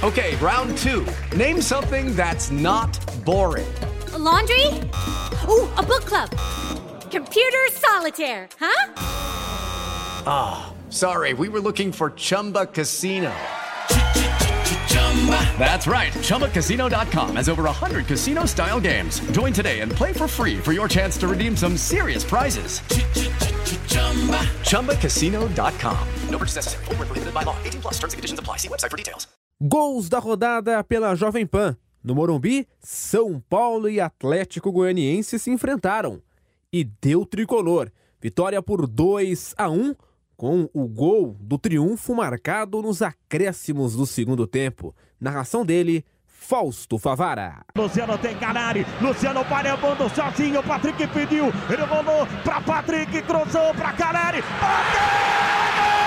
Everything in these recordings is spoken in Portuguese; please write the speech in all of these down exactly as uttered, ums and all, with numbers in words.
Okay, round two. Name something that's not boring. A laundry? Ooh, a book club. Computer solitaire, huh? Ah, oh, sorry, we were looking for Chumba Casino. That's right, Chumba Casino dot com has over one hundred casino-style games. Join today and play for free for your chance to redeem some serious prizes. Chumba Casino dot com. No purchase necessary. Void where prohibited by law. eighteen plus terms and conditions apply. See website for details. Gols da rodada pela Jovem Pan. No Morumbi, São Paulo e Atlético Goianiense se enfrentaram. E deu tricolor. Vitória por dois a um, com o gol do triunfo marcado nos acréscimos do segundo tempo. Narração dele, Fausto Favara. Luciano tem Caleri, Luciano vai levando sozinho, Patrick pediu, ele rolou pra Patrick, cruzou pra Caleri, bateu!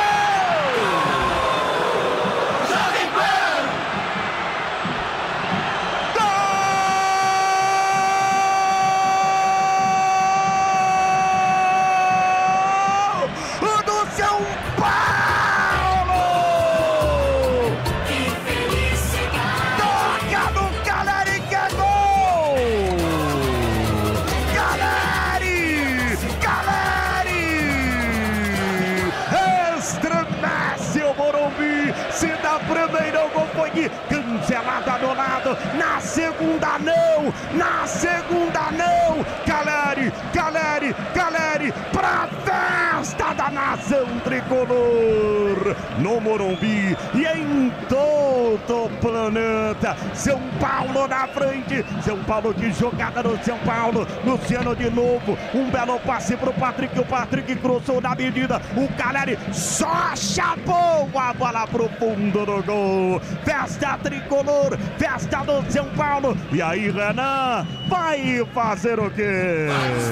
Se da primeira o gol foi cancelado, anulado, na segunda não, na segunda não, Caleri, Caleri, Caleri, pra festa da nação tricolor, no Morumbi e em todo o planeta, São Paulo na frente, São Paulo de jogada no São Paulo, Luciano de novo, um belo passe pro Patrick, o Patrick cruzou na medida, o Caleri só chapou a bola pro fundo do gol, festa tricolor, festa do São Paulo, e aí Renan vai fazer o quê?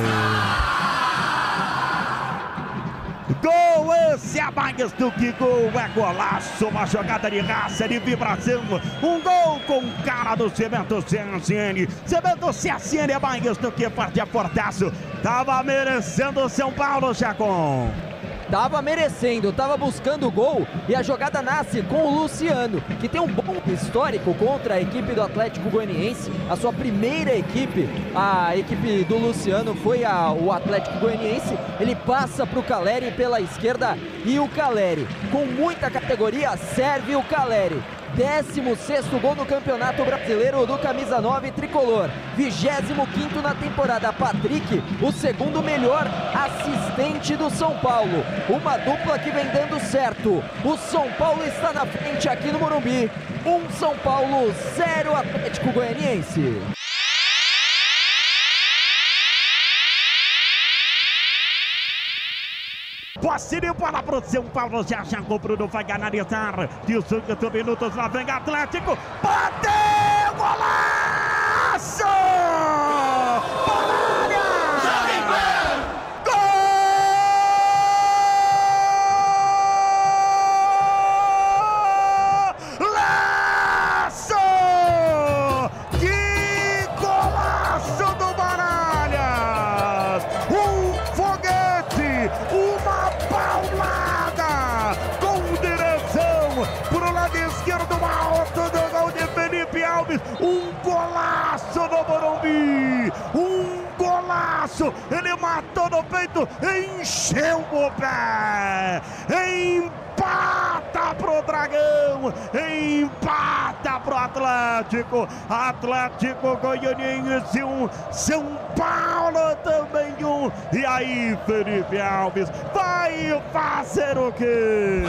Gol, esse é mais do que gol, é golaço, uma jogada de raça, de vibração, um gol com cara do Cemento C S N, Cemento C S N é mais do que parte a portaço, tava merecendo o São Paulo, Chacon. Tava merecendo, tava buscando o gol e a jogada nasce com o Luciano, que tem um bom histórico contra a equipe do Atlético Goianiense. A sua primeira equipe, a equipe do Luciano, foi a, o Atlético Goianiense. Ele passa para o Caleri pela esquerda e o Caleri, com muita categoria, serve o Caleri. décimo sexto gol no Campeonato Brasileiro do Camisa nove tricolor, vigésimo quinto na temporada. Patrick, o segundo melhor assistente do São Paulo, uma dupla que vem dando certo. O São Paulo está na frente aqui no Morumbi, um São Paulo, zero Atlético Goianiense. Posse de bola pro São Paulo, já já o Bruno vai analisar. dezoito minutos, lá vem Atlético, bateu, golaço! Baralha! Golaço! Que golaço do Baralhas! Um foguete, uma paulada com direção pro lado esquerdo, alto do gol de Felipe Alves, um golaço no Morumbi, um golaço, ele matou no peito, encheu o pé, empata pro Dragão, empata pro Atlético, Atlético Goianiense um, São Paulo também um, e aí Felipe Alves vai fazer o quê?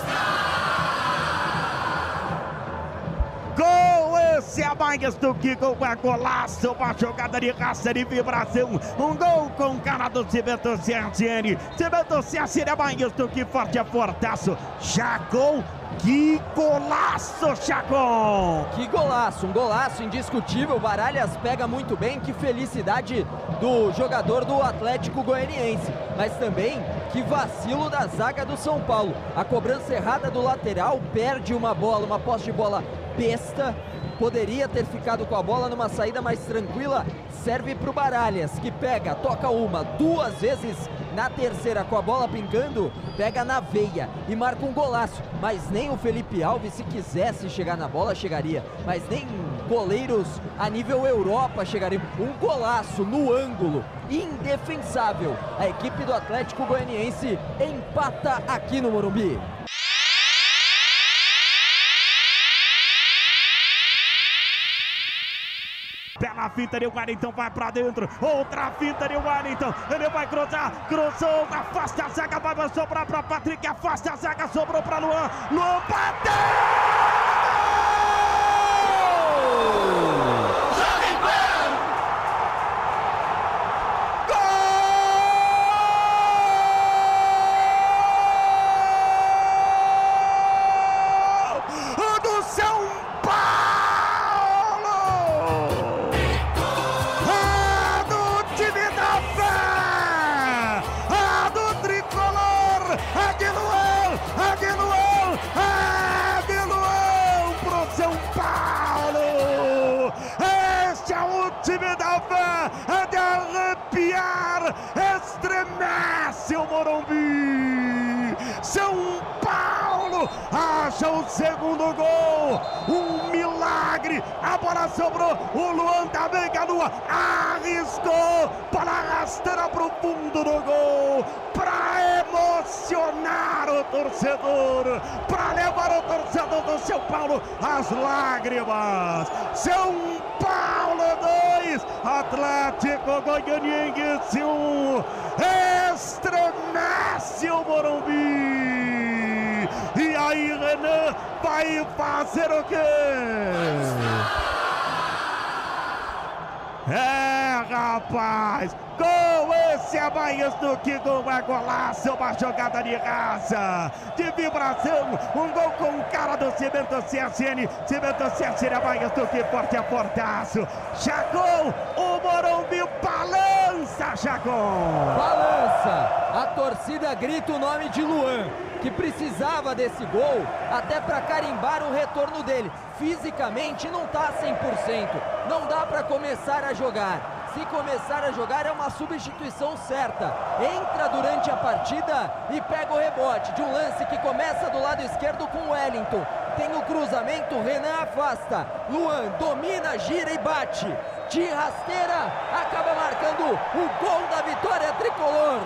Gol, esse é mais do que gol, é golaço, uma jogada de raça, de vibração, um gol com cara do Cemento C S N, Cemento C S N é mais do que forte, é fortaço, Chacon, que golaço, Chacon! Que golaço, um golaço indiscutível, Baralhas pega muito bem, que felicidade do jogador do Atlético Goianiense, mas também que vacilo da zaga do São Paulo, a cobrança errada do lateral, perde uma bola, uma posse de bola besta, poderia ter ficado com a bola numa saída mais tranquila, serve para o Baralhas, que pega, toca uma, duas vezes Na terceira, com a bola pingando, pega na veia e marca um golaço. Mas nem o Felipe Alves, se quisesse chegar na bola, chegaria. Mas nem goleiros a nível Europa chegariam. Um golaço no ângulo, indefensável. A equipe do Atlético Goianiense empata aqui no Morumbi. Bela finta de Wellington, vai pra dentro. Outra finta de Wellington. Ele vai cruzar, cruzou, afasta a zaga, vai sobrar pra Patrick, afasta a zaga, sobrou pra Luan. Luan bateu! Time da fé é de arrepiar, estremece o Morumbi. São Paulo acha o segundo gol, um milagre. A bola sobrou, o Luan também, a Lua arriscou para a rasteira para o fundo do gol, para emocionar o torcedor, para levar o torcedor do São Paulo às lágrimas. São Paulo dois, Atlético Goianiense um, estremece o Morumbi. E aí Renan vai fazer o quê? É, rapaz, gol esse é mais do que gol, é golaço, uma jogada de raça, de vibração, um gol com cara do Cimento C S N, Cimento C S N é mais do que forte, é fortaço. Chacon, o Morumbi balança, Chacon. Balança, a torcida grita o nome de Luan, que precisava desse gol até para carimbar o retorno dele. Fisicamente não tá cem por cento, não dá para começar a jogar. Se começar a jogar é uma substituição certa. Entra durante a partida e pega o rebote de um lance que começa do lado esquerdo com o Wellington. Tem o cruzamento, Renan afasta. Luan domina, gira e bate. De rasteira, acaba marcando o gol da vitória tricolor.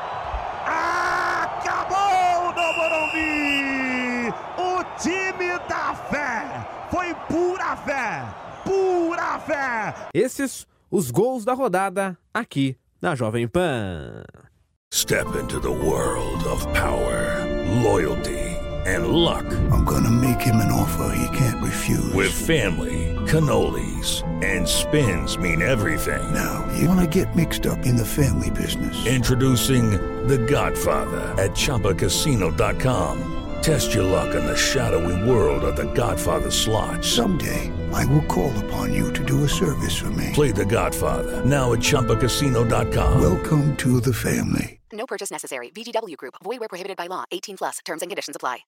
Acabou no Morumbi! O time da fé! Foi pura fé! Pura fé! Esses os gols da rodada aqui na Jovem Pan. Step into the world of power, loyalty and luck. I'm gonna make him an offer he can't refuse. With family, cannolis and spins mean everything. Now, you wanna get mixed up in the family business. Introducing The Godfather at Chumba Casino dot com. Test your luck in the shadowy world of The Godfather slot. Someday, I will call upon you to do a service for me. Play The Godfather, now at Chumba Casino dot com. Welcome to the family. No purchase necessary. V G W Group. Void where prohibited by law. eighteen plus. Terms and conditions apply.